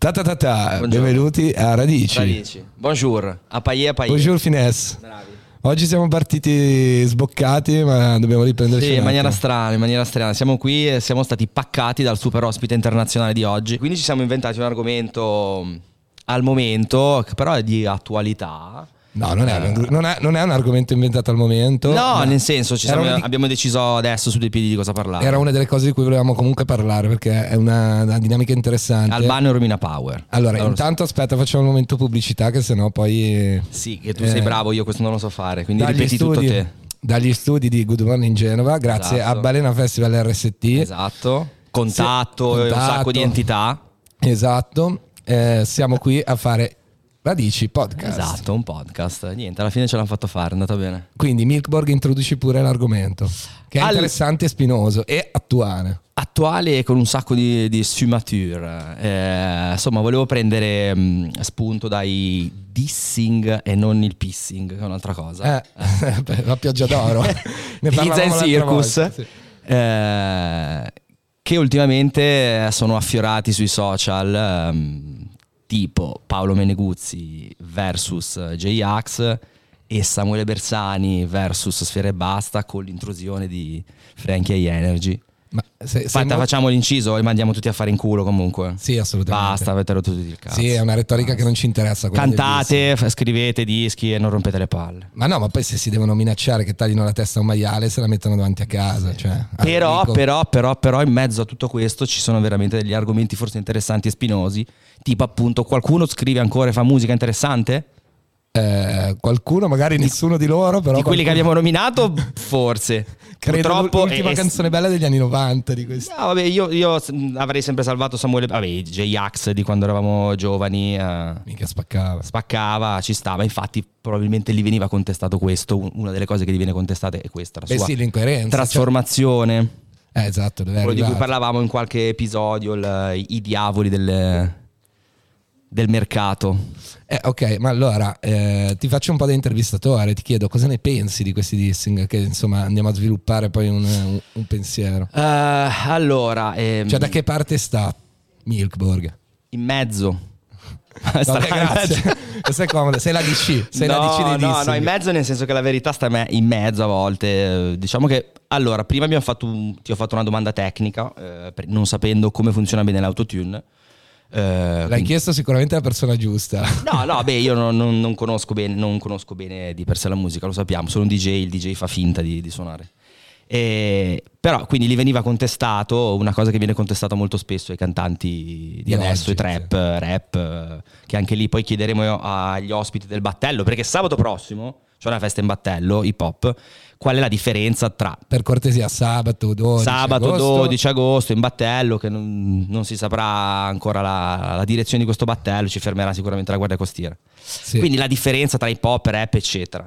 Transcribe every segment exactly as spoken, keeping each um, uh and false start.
Ta ta ta ta, benvenuti a Radici. Radici. Bonjour, a paillé, a paillé. Bonjour finesse. Bravi. Oggi siamo partiti sboccati, ma dobbiamo riprenderci. Sì, in maniera attimo. strana, in maniera strana. Siamo qui e siamo stati paccati dal super ospite internazionale di oggi. Quindi ci siamo inventati un argomento al momento, che però è di attualità. No, non è, non, è, non è un argomento inventato al momento. No, nel senso, ci siamo, di... abbiamo deciso adesso su due piedi di cosa parlare. Era una delle cose di cui volevamo comunque parlare, perché è una, una dinamica interessante. Albano e Romina Power. Allora, allora intanto aspetta, facciamo il momento pubblicità, che sennò poi... Sì, che tu eh, sei bravo, io questo non lo so fare, quindi ripeti studi, tutto te. Dagli studi di Good Morning Genova, grazie Esatto. a Balena Festival R S T. Esatto. Contatto, Sì, e un sacco di entità. Esatto. Eh, siamo qui a fare Radici Podcast. Esatto, un podcast. Niente, alla fine ce l'hanno fatto fare, è andata bene. Quindi Milkborg, introduci pure l'argomento, che è All... interessante e spinoso e attuale. Attuale e con un sacco di, di sfumature. Eh, insomma, volevo prendere mh, spunto dai dissing e non il pissing, che è un'altra cosa. Eh, la pioggia d'oro. Ne Pizza and Circus. Volta, sì. eh, che ultimamente sono affiorati sui social, ehm, tipo Paolo Meneguzzi versus J-Ax e Samuele Bersani versus Sfera e Basta, con l'intrusione di Frankie e Energy. Ma se, Fatta, se facciamo l'inciso e mandiamo tutti a fare in culo comunque. Sì, assolutamente. Basta, avete rotto tutti il cazzo. Sì, è una retorica Basta. Che non ci interessa. Cantate, f- scrivete dischi e non rompete le palle. Ma no, ma poi se si devono minacciare che taglino la testa a un maiale, se la mettono davanti a casa. Sì. Cioè, però, dico... però, però, però, in mezzo a tutto questo ci sono veramente degli argomenti forse interessanti e spinosi. Tipo, appunto, qualcuno scrive ancora e fa musica interessante? Eh, qualcuno, magari nessuno di loro, però di quelli qualcuno... che abbiamo nominato, forse. Credo purtroppo l'ultima è... canzone bella degli anni novanta di questi. No, vabbè, io, io avrei sempre salvato Samuele, vabbè, J-Ax di quando eravamo giovani. Eh, Mica spaccava. Spaccava, ci stava. Infatti, probabilmente gli veniva contestato questo. Una delle cose che gli viene contestata è questa, la Beh, sua sì, l'incoerenza, trasformazione. Cioè... Eh, esatto, dove è quello arrivato. di cui parlavamo in qualche episodio, il, i diavoli del, del mercato. Eh, ok, ma allora eh, ti faccio un po' da intervistatore, ti chiedo cosa ne pensi di questi dissing, che insomma andiamo a sviluppare poi un, un, un pensiero. Uh, allora, ehm, cioè da che parte sta Milkborg? In mezzo. Vabbè, grazie. Sei comodo, sei la D C, sei no, la D C dei no, dissing. no, in mezzo nel senso che la verità sta me- in mezzo a volte. Diciamo che allora, prima abbiamo fatto un, ti ho fatto una domanda tecnica, eh, per, non sapendo come funziona bene l'autotune. Eh, L'hai quindi... chiesto sicuramente alla persona giusta. No, no, beh, io non, non, non, conosco bene, non conosco bene di per sé la musica, lo sappiamo, sono un D J, il D J fa finta di, di suonare. E, però quindi gli veniva contestato una cosa che viene contestata molto spesso ai cantanti di, di adesso, i trap, sì. rap, che anche lì poi chiederemo agli ospiti del Battello, perché sabato prossimo c'è una festa in Battello, hip hop. Qual è la differenza tra... Per cortesia, sabato dodici Sabato agosto. dodici agosto in Battello, che non, non si saprà ancora la, la direzione di questo battello, ci fermerà sicuramente la Guardia Costiera. Sì. Quindi la differenza tra hip hop, rap, eccetera.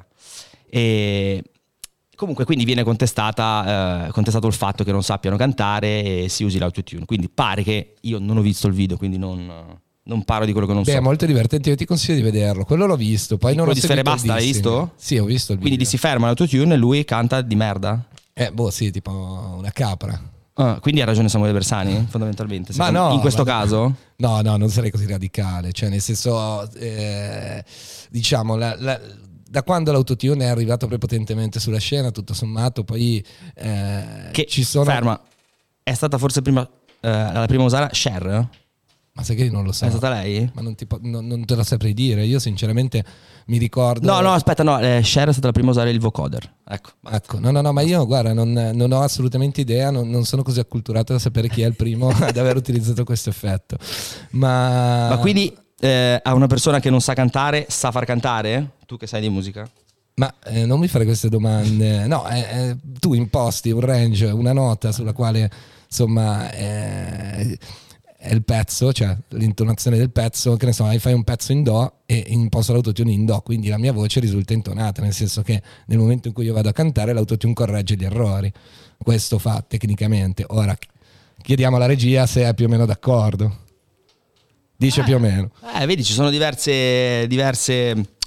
E comunque quindi viene contestata, eh, contestato il fatto che non sappiano cantare e si usi l'autotune. Quindi pare che, io non ho visto il video, quindi non... Non parlo di quello che non Beh, so. Beh, è molto divertente, io ti consiglio di vederlo. Quello l'ho visto, poi non quello ho di Sfera e seguito Basta, l'hai visto? Sì, ho visto il video. Quindi si ferma l'autotune e lui canta di merda? Eh, boh, sì, tipo una capra. Ah, quindi ha ragione Samuele Bersani, fondamentalmente. Ma no, in questo ma caso? No, no, non sarei così radicale. Cioè, nel senso, eh, diciamo, la, la, da quando l'autotune è arrivato prepotentemente sulla scena, tutto sommato, poi eh, che, ci sono... Ferma, è stata forse prima, eh, la prima a usare Cher? Ma sai che io non lo so. È stata lei? Ma non, ti, non, non te la saprei dire. Io sinceramente mi ricordo... No, no, aspetta, no, eh, Cher è stata la prima a usare il vocoder. Ecco, ecco, no, no, no, ma io guarda, non, non ho assolutamente idea, non, non sono così acculturato da sapere chi è il primo ad aver utilizzato questo effetto. Ma, ma quindi eh, a una persona che non sa cantare, sa far cantare? Tu che sai di musica? Ma eh, non mi fare queste domande. No, eh, eh, tu imposti un range, una nota sulla quale, insomma... Eh, è il pezzo, cioè l'intonazione del pezzo, che ne so, fai un pezzo in do e imposto l'autotune in do, quindi la mia voce risulta intonata, nel senso che nel momento in cui io vado a cantare l'autotune corregge gli errori. Questo fa tecnicamente. Ora chiediamo alla regia se è più o meno d'accordo. Dice eh, più o meno. Eh, vedi, ci sono diverse diverse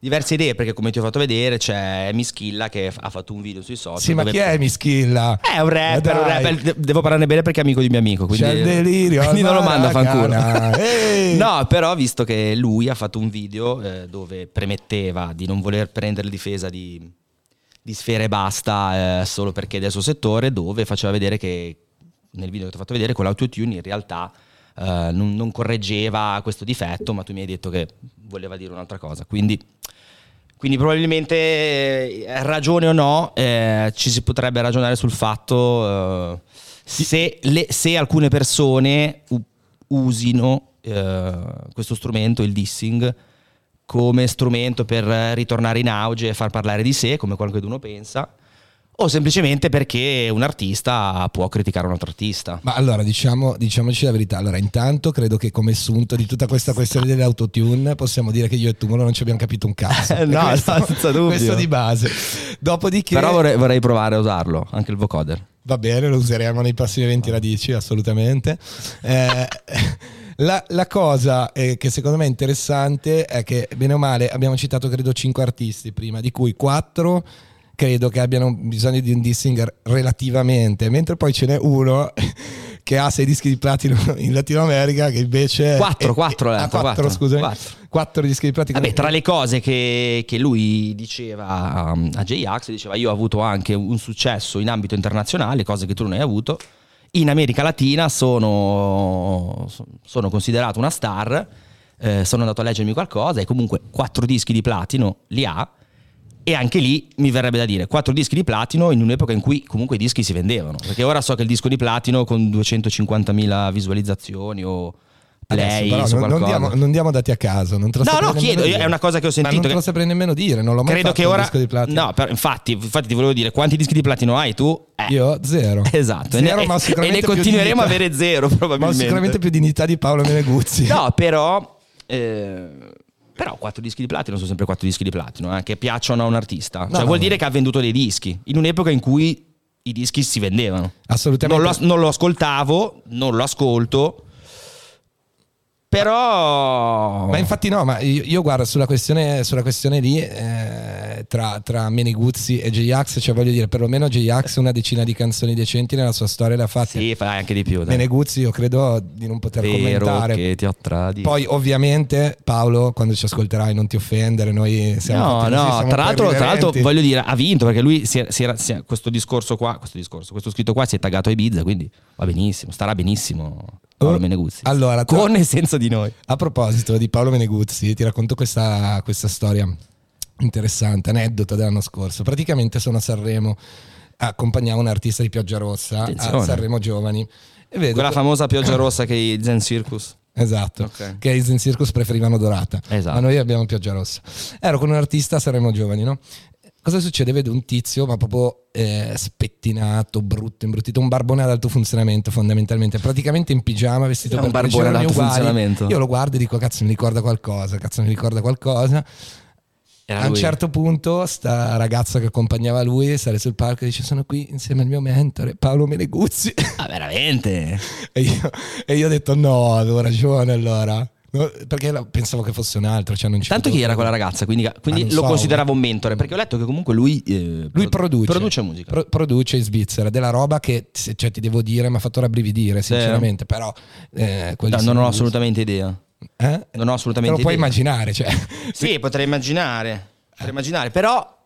diverse idee, perché come ti ho fatto vedere c'è Mischilla che ha fatto un video sui social. Sì, ma chi è Mischilla? È un rapper, un rapper, devo parlarne bene perché è amico di mio amico, quindi, c'è il delirio, quindi non lo mando a fanculo. Ehi! No, però visto che lui ha fatto un video eh, dove premetteva di non voler prendere difesa di, di Sfera e Basta eh, solo perché è del suo settore, dove faceva vedere che nel video che ti ho fatto vedere con l'autotune in realtà Uh, non, non correggeva questo difetto, ma tu mi hai detto che voleva dire un'altra cosa, quindi, quindi probabilmente eh, ragione o no eh, ci si potrebbe ragionare sul fatto uh, se, le, se alcune persone u- usino uh, questo strumento, il dissing, come strumento per ritornare in auge e far parlare di sé come qualcuno pensa, o semplicemente perché un artista può criticare un altro artista. Ma allora diciamo, diciamoci la verità. Allora, intanto credo che come sunto di tutta questa questione dell'autotune possiamo dire che io e tu non ci abbiamo capito un cazzo. No, questo, senza dubbio. Questo di base. Dopodiché, però vorrei, vorrei provare a usarlo, anche il vocoder. Va bene, lo useremo nei prossimi eventi radici, assolutamente. Eh, la, la cosa eh, che secondo me è interessante è che bene o male abbiamo citato credo cinque artisti prima, di cui quattro credo che abbiano bisogno di un dissing relativamente, mentre poi ce n'è uno che ha sei dischi di platino in Latino America che invece quattro, è, quattro, è, ah, quattro, quattro, scusami, quattro. quattro dischi di platino. Vabbè, tra le cose che, che lui diceva um, a J-Ax, diceva io ho avuto anche un successo in ambito internazionale, cose che tu non hai avuto. In America Latina sono, sono considerato una star, eh, sono andato a leggermi qualcosa e comunque quattro dischi di platino li ha. E anche lì mi verrebbe da dire quattro dischi di platino in un'epoca in cui comunque i dischi si vendevano, perché ora so che il disco di platino con duecentocinquantamila visualizzazioni o play Adesso, su però, non, diamo, non diamo dati a caso, non te lo no saprei no chiedo, dire. è una cosa che ho sentito, ma non te che lo saprei nemmeno dire, non l'ho mai credo fatto che ora un disco di platino. no, per, infatti, infatti ti volevo dire quanti dischi di platino hai tu? Eh. Io zero. Esatto, zero, e, ma e ne continueremo a avere zero probabilmente. Ma ho sicuramente più dignità di Paolo Meneguzzi. No, però eh, Però quattro dischi di platino sono sempre quattro dischi di platino, eh, che piacciono a un artista. No, cioè no, vuol no. dire che ha venduto dei dischi in un'epoca in cui i dischi si vendevano. Assolutamente. Non lo, non lo ascoltavo, non lo ascolto. Però Ma infatti no, ma io, io guardo sulla questione, sulla questione lì eh, tra, tra Meneguzzi e J-Ax, cioè voglio dire, perlomeno J-Ax una decina di canzoni decenti nella sua storia le ha fatte. Sì, fai anche di più. Dai. Meneguzzi io credo di non poter Vero commentare. che ti ho tradito. Poi ovviamente Paolo, quando ci ascolterai non ti offendere, noi siamo No, fatti così, no, siamo tra l'altro, tra l'altro irriverenti. voglio dire, ha vinto perché lui si era, si era, si era- questo discorso qua, questo discorso, questo scritto qua si è taggato a Ibiza, quindi va benissimo, starà benissimo Paolo Oh, Meneguzzi. allora, tra- con e senza di noi. A proposito di Paolo Meneguzzi, ti racconto questa, questa storia interessante, aneddoto dell'anno scorso. Praticamente sono a Sanremo, accompagnavo un artista di Pioggia Rossa Attenzione. a Sanremo Giovani e vedo Quella famosa pioggia rossa che i Zen Circus. esatto, Ok. che i Zen Circus preferivano dorata, Esatto. ma noi abbiamo Pioggia Rossa. Ero con un artista a Sanremo Giovani, no? Cosa succede? Vedo un tizio, ma proprio eh, spettinato, brutto, imbruttito, un barbone ad alto funzionamento fondamentalmente, praticamente in pigiama, vestito È per un barbone tre giorni ad alto uguali. funzionamento. Io lo guardo e dico cazzo mi ricorda qualcosa, cazzo mi ricorda qualcosa. Era A un lui. certo punto sta ragazza che accompagnava lui sale sul palco e dice sono qui insieme al mio mentore Paolo Meneguzzi. Ah, veramente? e, io, e io ho detto no, avevo ragione allora. No, perché la- pensavo che fosse un altro, cioè non ci Tanto chi potevo era quella credere. ragazza? Quindi, quindi non lo so, consideravo un mentore, perché ho letto che comunque lui, eh, Lui pro- produce, produce musica. Pro- produce in Svizzera della roba che se- cioè, ti devo dire mi ha fatto rabbrividire sinceramente, però eh, quelli No, sono non ho gusti. assolutamente idea. Eh? Non ho Te assolutamente lo puoi idea. immaginare, cioè. Sì, potrei immaginare. Potrei immaginare, però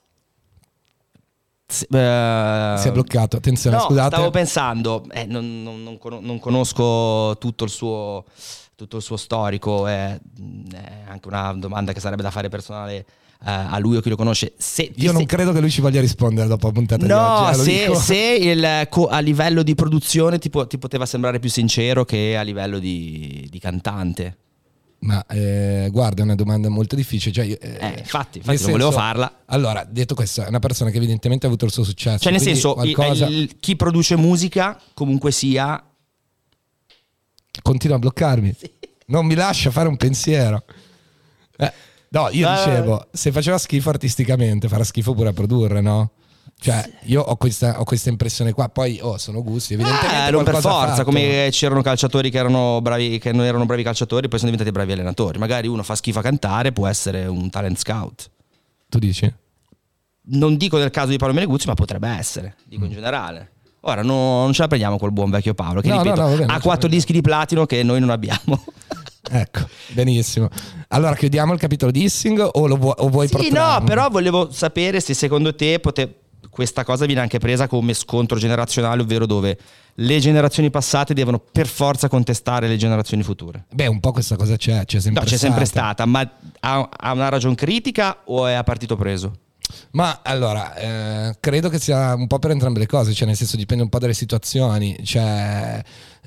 s- eh, Si è bloccato, attenzione, no, scusate. stavo pensando, eh, non, non- non cono- non conosco tutto il suo tutto il suo storico, è, è anche una domanda che sarebbe da fare personale eh, a lui o chi lo conosce. Se, Io non se- credo che lui ci voglia rispondere dopo la puntata di No, oggi. eh, lo se, dico. se il, co- a livello di produzione ti, po- ti poteva sembrare più sincero che a livello di, di cantante. Ma eh, guarda, è una domanda molto difficile. Cioè, io, eh, Eh, infatti, nel infatti non volevo senso- farla. Allora, detto questo, è una persona che evidentemente ha avuto il suo successo. Cioè, nel quindi senso, il- qualcosa il- chi produce musica, comunque sia, continua a bloccarmi. Non mi lascia fare un pensiero. Eh, no, io Eh. dicevo, se faceva schifo artisticamente, farà schifo pure a produrre, no? Cioè, io ho questa, ho questa impressione qua. Poi, oh, sono gusti, evidentemente. eh, non per qualcosa ha forza, fatto. come c'erano calciatori che erano bravi, che non erano bravi calciatori, poi sono diventati bravi allenatori. Magari uno fa schifo a cantare, può essere un talent scout. Tu dici? Non dico nel caso di Paolo Meneguzzi, ma potrebbe essere, dico mm. in generale. Ora no, non ce la prendiamo col buon vecchio Paolo, che no, ripeto, no, no, bene, ha quattro dischi di platino che noi non abbiamo. Ecco, benissimo. Allora chiudiamo il capitolo dissing o, lo vuoi, o vuoi sì, protrarlo? No, però volevo sapere se secondo te pote- questa cosa viene anche presa come scontro generazionale, ovvero dove le generazioni passate devono per forza contestare le generazioni future. Beh, un po' questa cosa c'è, c'è sempre no, c'è stata. sempre stata, ma ha, ha una ragione critica o è a partito preso? Ma allora, eh, credo che sia un po' per entrambe le cose, cioè nel senso dipende un po' dalle situazioni, cioè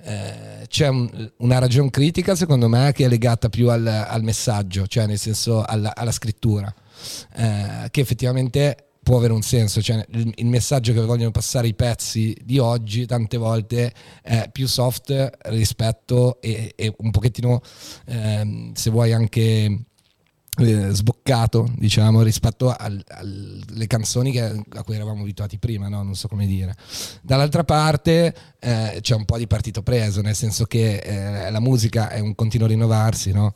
eh, c'è un, una ragione critica secondo me che è legata più al, al messaggio, cioè nel senso alla, alla scrittura, eh, che effettivamente può avere un senso, cioè il, il messaggio che vogliono passare i pezzi di oggi tante volte è più soft rispetto e, e un pochettino eh, se vuoi anche Eh, sboccato, diciamo, rispetto al, alle canzoni che, a cui eravamo abituati prima, no? Non so come dire. Dall'altra parte eh, c'è un po' di partito preso, nel senso che eh, la musica è un continuo rinnovarsi, no?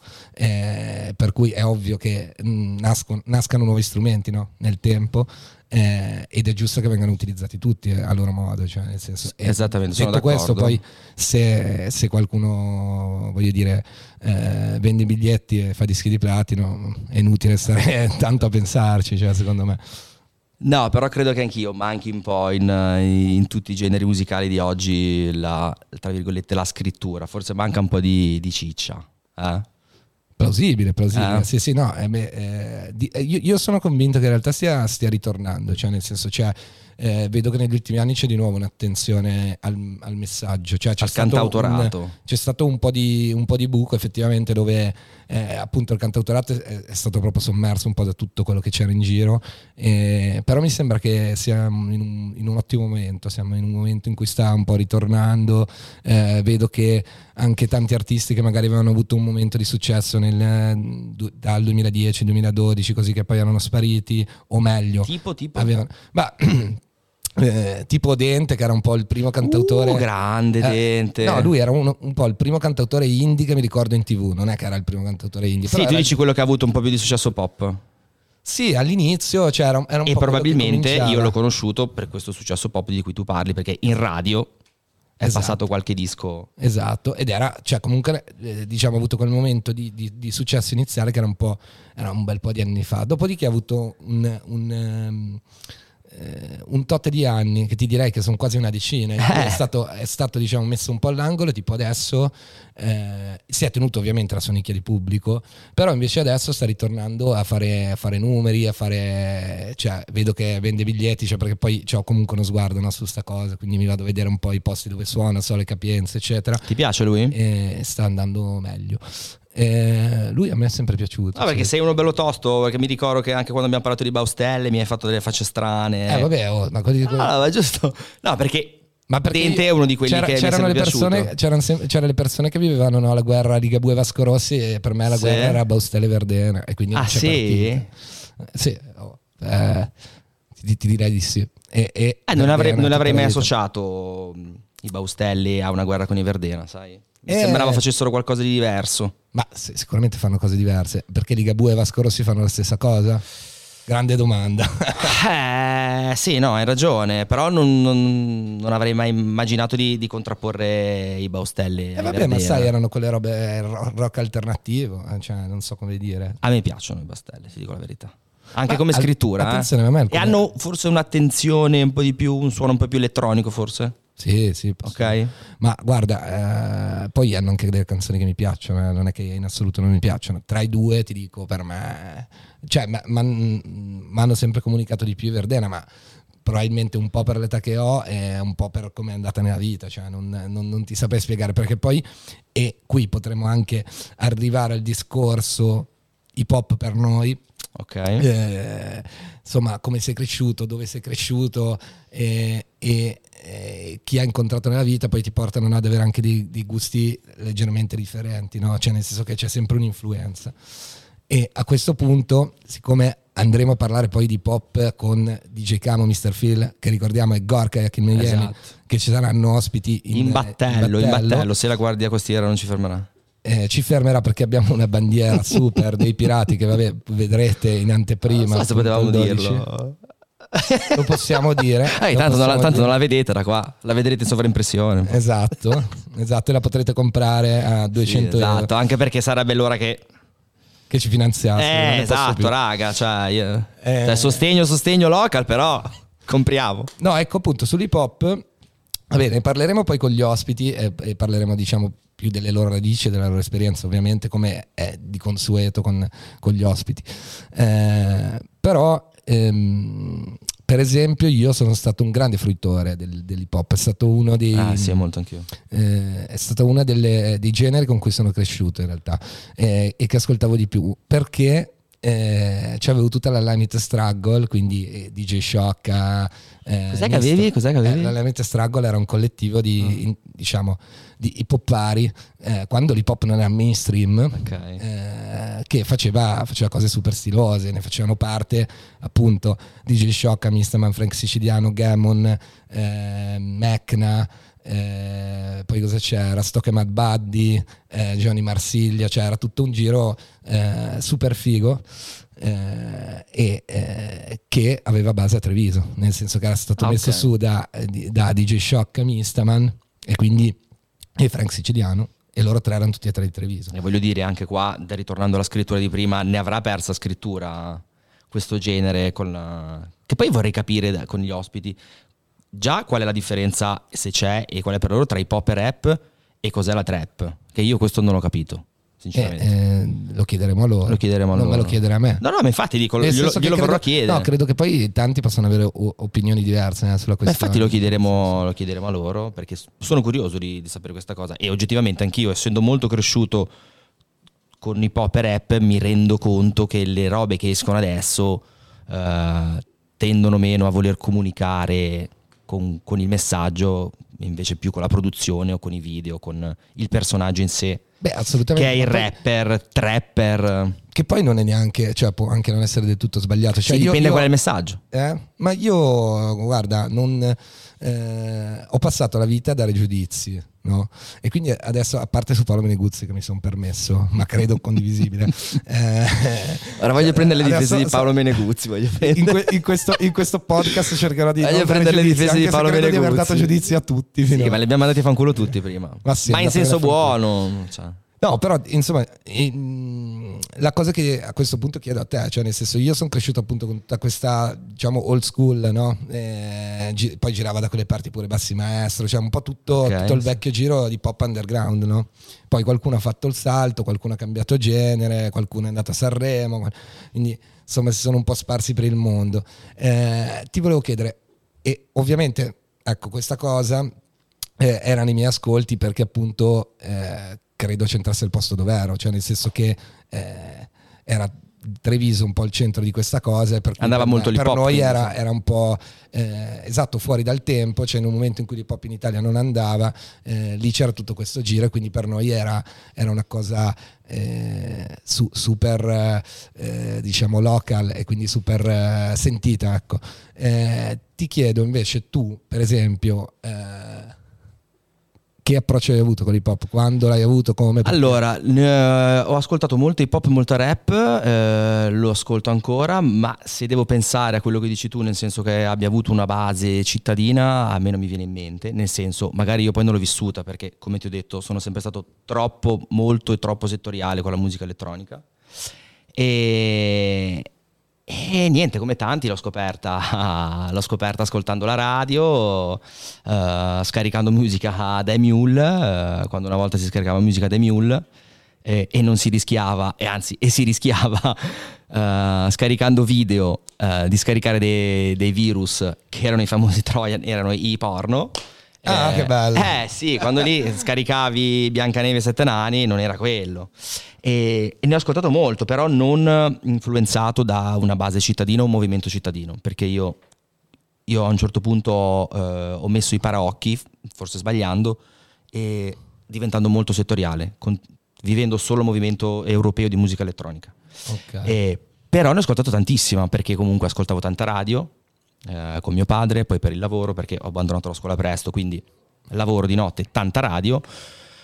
Eh, per cui è ovvio che mh, nascono, nascano nuovi strumenti, no? Nel tempo. Eh, ed è giusto che vengano utilizzati tutti eh, a loro modo, cioè nel senso, esattamente, sono detto d'accordo. Questo, poi se, se qualcuno, voglio dire, eh, vende i biglietti e fa dischi di platino, è inutile stare tanto a pensarci, cioè, secondo me. No, però credo che anch'io manchi un po' in, in tutti i generi musicali di oggi la, tra virgolette, la scrittura, forse manca un po' di, di ciccia, eh? Plausibile, plausibile. Eh. Sì, sì, no. Eh, beh, eh, di, eh, io, io sono convinto che in realtà stia, stia ritornando, cioè nel senso, cioè, eh, vedo che negli ultimi anni c'è di nuovo un'attenzione al, al messaggio, cioè c'è al stato cantautorato. Un, c'è stato un po' di un po' di buco effettivamente, dove eh, appunto il cantautorato è, è stato proprio sommerso un po' da tutto quello che c'era in giro, eh, però mi sembra che siamo in un, in un ottimo momento, siamo in un momento in cui sta un po' ritornando, eh, vedo che anche tanti artisti che magari avevano avuto un momento di successo nel, dal duemiladieci duemiladodici, così, che poi erano spariti, o meglio tipo tipo avevano, ma Eh, tipo Dente, che era un po' il primo cantautore uh, grande eh, Dente. No, lui era un, un po' il primo cantautore indie che mi ricordo in tv, non è che era il primo cantautore indie. Sì, tu era... dici quello che ha avuto un po' più di successo pop. Sì, all'inizio cioè, era, era un e po' probabilmente io l'ho conosciuto per questo successo pop di cui tu parli, perché in radio è esatto. passato qualche disco. Esatto, ed era, cioè comunque eh, diciamo ha avuto quel momento di, di, di successo iniziale che era un po', era un bel po' di anni fa. Dopodiché ha avuto un, un um, un tot di anni, che ti direi che sono quasi una decina, eh. è stato, è stato diciamo messo un po' all'angolo, tipo adesso eh, si è tenuto ovviamente la sua nicchia di pubblico, però invece adesso sta ritornando a fare, a fare numeri, a fare, cioè vedo che vende biglietti, cioè, perché poi ho comunque uno sguardo, no, su sta cosa, quindi mi vado a vedere un po' i posti dove suona, so le capienze eccetera. Ti piace lui? E sta andando meglio. Eh, lui a me è sempre piaciuto. No, perché sì. sei uno bello tosto, perché mi ricordo che anche quando abbiamo parlato di Baustelle mi hai fatto delle facce strane. Eh vabbè, oh, ma quelli... no, no, ma giusto. No, perché, ma perché Dente è uno di quelli c'era, che c'erano mi è le persone, piaciuto. C'erano, sem- c'erano le persone che vivevano, no, la guerra Ligabue e Vasco Rossi, e per me la sì. guerra era Baustelle e Verdena, e quindi ah non c'è sì? partita. Sì, oh, eh, ti, ti direi di sì. E, e eh, non avrei, non avrei mai vita. associato i Baustelli a una guerra con i Verdena, sai? Mi eh, sembrava facessero qualcosa di diverso. Ma sì, sicuramente fanno cose diverse, perché Ligabue e Vasco Rossi fanno la stessa cosa? Grande domanda. eh sì, no, hai ragione, però non, non, non avrei mai immaginato di, di contrapporre i Baustelli. Eh vabbè, ma sai, erano quelle robe rock alternativo, cioè non so come dire. A me piacciono i Baustelli, ti dico la verità. Anche ma come al, scrittura. Attenzione, eh. a me E hanno forse un'attenzione un po' di più, un suono un po' più elettronico forse. Sì, sì, ok. Ma guarda, eh, poi hanno anche delle canzoni che mi piacciono, eh, non è che in assoluto non mi piacciono. Tra i due ti dico, per me, cioè, ma, ma, ma hanno sempre comunicato di più Verdena, ma probabilmente un po' per l'età che ho e un po' per come è andata nella vita, cioè non, non, non ti saprei spiegare, perché poi, e qui potremmo anche arrivare al discorso hip hop per noi. Ok. Eh, insomma, come sei cresciuto, dove sei cresciuto eh, e eh, chi ha incontrato nella vita poi ti portano, no, ad avere anche dei, dei gusti leggermente differenti, no? Cioè nel senso che c'è sempre un'influenza. E a questo punto, siccome andremo a parlare poi di pop con D J Camo, mister Phil, che ricordiamo è Gorka e Akin Miami, esatto, che ci saranno ospiti in, in, battello, in battello, in battello, se la guardia costiera non ci fermerà. eh, ci fermerà perché abbiamo una bandiera super dei pirati che vabbè, vedrete in anteprima. Non so se potevamo dirlo. Lo possiamo dire. Eh, lo tanto, possiamo non la, tanto dire. non la vedete da qua, la vedrete in sovraimpressione. Esatto, esatto, e la potrete comprare a duecento sì, esatto, euro. Anche perché sarebbe l'ora che Che ci finanziasse. Eh, esatto, raga, cioè, io... eh... cioè sostegno, sostegno local, però compriamo. No, ecco appunto sull'hip hop. Va bene, parleremo poi con gli ospiti e, e parleremo diciamo più delle loro radici e della loro esperienza, ovviamente, come è di consueto con, con gli ospiti. Eh, però, ehm, per esempio, io sono stato un grande fruitore del, dell'hip hop, è stato uno dei... Ah sì, molto anch'io. Eh, è stato uno delle, dei generi con cui sono cresciuto in realtà eh, e che ascoltavo di più, perché eh, c'avevo tutta la Limit Struggle, quindi eh, D J Shock. Eh, Cos'è che avevi? Cos'è che avevi? Eh, la Limit Struggle era un collettivo di, mm. in, diciamo, di hip hoppari eh, quando l'hip hop non era mainstream, okay. eh, che faceva, faceva cose super stilose, ne facevano parte appunto D J Shock, Misterman, Frank Siciliano, Gammon, eh, Mecna. Eh, poi cosa c'era? Stock e Mad Buddy, eh, Johnny Marsiglia, cioè era tutto un giro eh, super figo eh, e eh, che aveva base a Treviso, nel senso che era stato ah, messo okay. su da, da D J Shock, Mistaman e quindi e Frank Siciliano, e loro tre erano tutti e tre di Treviso. E voglio dire, anche qua, ritornando alla scrittura di prima, ne avrà persa scrittura questo genere con la... che poi vorrei capire con gli ospiti già qual è la differenza, se c'è, e qual è per loro tra hip hop e rap, e cos'è la trap, che io questo non l'ho capito sinceramente. Eh, eh, lo chiederemo a loro, lo chiederemo a non loro. me lo chiedere a me. No no, ma infatti dico, glielo, glielo credo, vorrò chiedere. No, credo che poi tanti possano avere o- opinioni diverse eh, sulla questione. Ma infatti lo chiederemo, lo chiederemo a loro, perché sono curioso di, di sapere questa cosa, e oggettivamente anch'io, essendo molto cresciuto con hip hop e rap, mi rendo conto che le robe che escono adesso eh, tendono meno a voler comunicare Con, con il messaggio, invece più con la produzione o con i video, con il personaggio in sé. Beh, assolutamente. Che è il poi, rapper, trapper. Che poi non è neanche, cioè può anche non essere del tutto sbagliato. Cioè sì, io, dipende io, qual è il messaggio. Eh? Ma io, guarda, non, eh, ho passato la vita a dare giudizi, no? E quindi adesso, a parte su Paolo Meneguzzi che mi sono permesso, ma credo condivisibile. eh, Ora voglio prendere le difese adesso, di Paolo Meneguzzi. Voglio in, que, in, questo, in questo podcast cercherò di voglio non prendere le giudizi, difese di Paolo Meneguzzi. Di aver Meneguzzi. dato giudizi a tutti. Sì, no? ma li abbiamo mandati a fanculo tutti prima. Ma, sì, ma in senso buono. Cioè. No, però insomma la cosa che a questo punto chiedo a te, cioè nel senso, io sono cresciuto appunto con tutta questa, diciamo, old school, no? E, gi- poi girava da quelle parti pure Bassi Maestro, cioè un po' tutto, okay, tutto il sì. vecchio giro di pop underground, no? Poi qualcuno ha fatto il salto, qualcuno ha cambiato genere, qualcuno è andato a Sanremo, quindi insomma si sono un po' sparsi per il mondo. Eh, ti volevo chiedere, e ovviamente ecco questa cosa eh, erano i miei ascolti perché appunto eh, credo c'entrasse il posto dov'ero, cioè nel senso che eh, era Treviso un po' il centro di questa cosa, per cui andava per, molto me, l'hip hop, per noi quindi, era, sì. era un po' eh, esatto, fuori dal tempo, cioè in un momento in cui l'hip hop in Italia non andava, eh, lì c'era tutto questo giro e quindi per noi era, era una cosa eh, su, super eh, diciamo local e quindi super eh, sentita, ecco. Eh, ti chiedo invece tu per esempio eh, che approccio hai avuto con l'hip hop? Quando l'hai avuto? Come? Allora, eh, ho ascoltato molto hip hop e molto rap, eh, lo ascolto ancora, ma se devo pensare a quello che dici tu, nel senso che abbia avuto una base cittadina, a me non mi viene in mente, nel senso, magari io poi non l'ho vissuta, perché come ti ho detto sono sempre stato troppo, molto e troppo settoriale con la musica elettronica. E... E niente, come tanti l'ho scoperta, l'ho scoperta ascoltando la radio, uh, scaricando musica da Emule, uh, quando una volta si scaricava musica da Emule e, e non si rischiava, e anzi, e si rischiava uh, scaricando video uh, di scaricare dei, dei virus che erano i famosi Trojan, erano i porno. Ah, eh, che bello. Eh sì, quando lì scaricavi Biancaneve e Sette Nani non era quello. E, e ne ho ascoltato molto, però non influenzato da una base cittadina o un movimento cittadino, perché io, io a un certo punto eh, ho messo i paraocchi, forse sbagliando, e diventando molto settoriale, con, vivendo solo il movimento europeo di musica elettronica. Okay. E, però ne ho ascoltato tantissima, perché comunque ascoltavo tanta radio, Eh, con mio padre, poi per il lavoro, perché ho abbandonato la scuola presto, quindi lavoro di notte, tanta radio,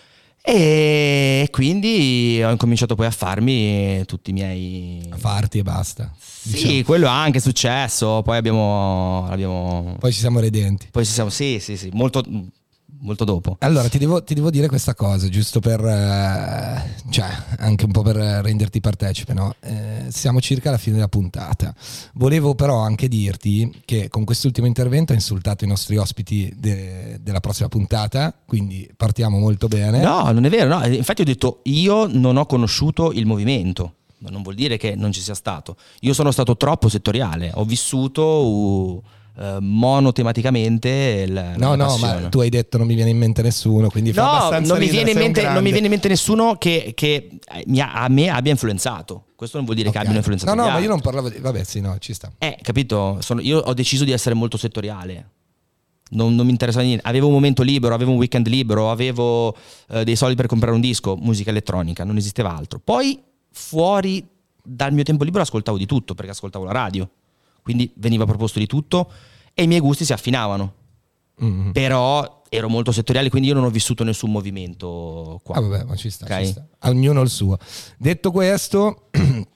E quindi ho incominciato poi a farmi tutti i miei... A farti e basta. Sì, diciamo. quello è anche successo, poi abbiamo... abbiamo... Poi ci siamo redenti. Poi ci siamo, sì, sì, sì, molto, molto dopo. Allora ti devo, ti devo dire questa cosa, giusto per, eh, cioè anche un po' per renderti partecipe, no? Eh, siamo circa alla fine della puntata. Volevo però anche dirti che con quest'ultimo intervento hai insultato i nostri ospiti de- della prossima puntata, quindi partiamo molto bene. No, non è vero, no. Infatti ho detto io non ho conosciuto il movimento, ma non vuol dire che non ci sia stato. Io sono stato troppo settoriale, ho vissuto... Uh, Uh, monotematicamente la, no la no passione. ma tu hai detto non mi viene in mente nessuno, quindi fa no, abbastanza non mi, ridere, viene in sei un mente, non mi grande. viene in mente nessuno che, che mi ha- a me abbia influenzato. Questo non vuol dire Ok. che abbiano influenzato no no gli ma io altri. non parlavo di... vabbè sì no ci sta. Eh, capito? Sono, io ho deciso di essere molto settoriale. Non, non mi interessava niente. Avevo un momento libero, avevo un weekend libero, avevo eh, dei soldi per comprare un disco, musica elettronica, non esisteva altro. Poi fuori dal mio tempo libero ascoltavo di tutto, perché ascoltavo la radio. Quindi veniva proposto di tutto e i miei gusti si affinavano. Mm-hmm. Però ero molto settoriale, quindi io non ho vissuto nessun movimento qua. Ah vabbè, ma ci sta, Okay? ci sta. Ognuno il suo. Detto questo,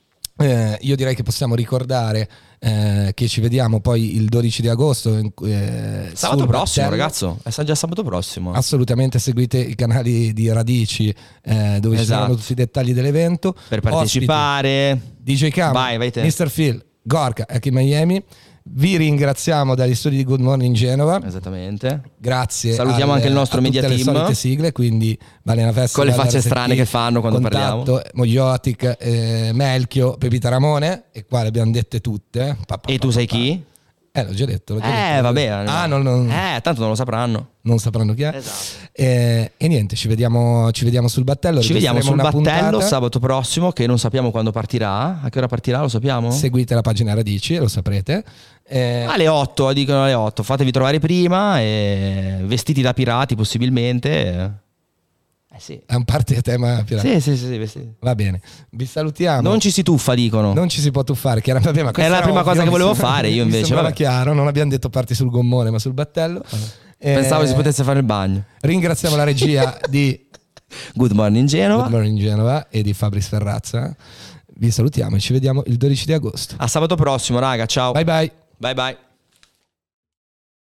eh, io direi che possiamo ricordare eh, che ci vediamo poi il dodici di agosto. Eh, Sabato sul prossimo, battello. ragazzo. È già sabato prossimo. Assolutamente seguite i canali di Radici eh, dove Esatto. ci saranno tutti i dettagli dell'evento. Per partecipare. Ospiti, D J Cam, Vai, vai te. mister Phil, Gorka, Aki Miami. Vi ringraziamo dagli studi di Good Morning Genova. Esattamente. Grazie. Salutiamo al, anche il nostro a media tutte team. le solite sigle, quindi Balena Festival, Con le facce R S T, strane che fanno quando Contatto, parliamo. Mogiotic, eh, Melchio, Pepita Ramone, e qua le abbiamo dette tutte. Pa, pa, E tu pa, sei pa. chi? Eh, l'ho già detto. L'ho già Eh, detto. va bene. Ah, non, non, Eh, tanto non lo sapranno. non sapranno chi è. Esatto. Eh, e niente, ci vediamo, ci vediamo sul battello. Ci vediamo sul registreremo una battello puntata. sabato prossimo, che non sappiamo quando partirà. A che ora partirà, lo sappiamo? Seguite la pagina Radici, lo saprete. Eh, Alle otto, dicono alle otto. Fatevi trovare prima, e vestiti da pirati possibilmente. Eh sì. è un party a tema pirata. Sì, sì, sì, sì, vestiti. Va bene, vi salutiamo. Non ci si tuffa, dicono. Non ci si può tuffare, che era, vabbè, ma Era la prima ovvio, cosa che mi volevo sembra- fare, io mi invece, sembrava vabbè. chiaro, non abbiamo detto parti sul gommone ma sul battello. Eh, Pensavo si potesse fare il bagno. Ringraziamo la regia di Good Morning Genova. Good Morning Genova e di Fabris Ferrazza. Vi salutiamo e ci vediamo il dodici di agosto. A sabato prossimo, raga. Ciao. Bye bye. Bye bye.